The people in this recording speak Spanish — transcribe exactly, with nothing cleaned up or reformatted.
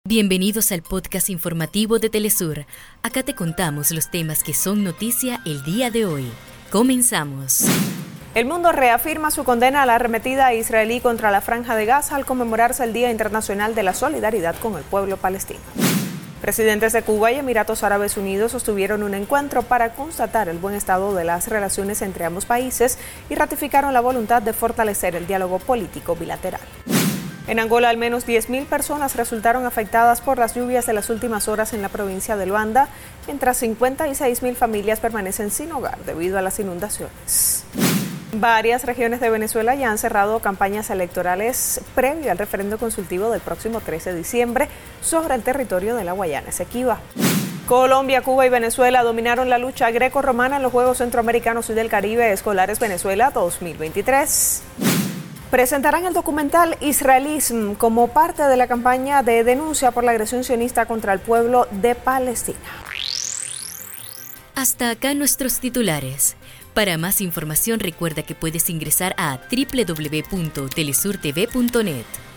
Bienvenidos al podcast informativo de Telesur. Acá te contamos los temas que son noticia el día de hoy. Comenzamos. El mundo reafirma su condena a la arremetida israelí contra la Franja de Gaza al conmemorarse el Día Internacional de la Solidaridad con el pueblo palestino. Presidentes de Cuba y Emiratos Árabes Unidos sostuvieron un encuentro para constatar el buen estado de las relaciones entre ambos países y ratificaron la voluntad de fortalecer el diálogo político bilateral. En Angola, al menos diez mil personas resultaron afectadas por las lluvias de las últimas horas en la provincia de Luanda, mientras cincuenta y seis mil familias permanecen sin hogar debido a las inundaciones. Varias regiones de Venezuela ya han cerrado campañas electorales previo al referendo consultivo del próximo trece de diciembre sobre el territorio de la Guayana Esequiba. Colombia, Cuba y Venezuela dominaron la lucha greco-romana en los Juegos Centroamericanos y del Caribe Escolares Venezuela dos mil veintitrés. Presentarán el documental Israelism como parte de la campaña de denuncia por la agresión sionista contra el pueblo de Palestina. Hasta acá nuestros titulares. Para más información recuerda que puedes ingresar a doble u doble u doble u punto telesur t v punto net.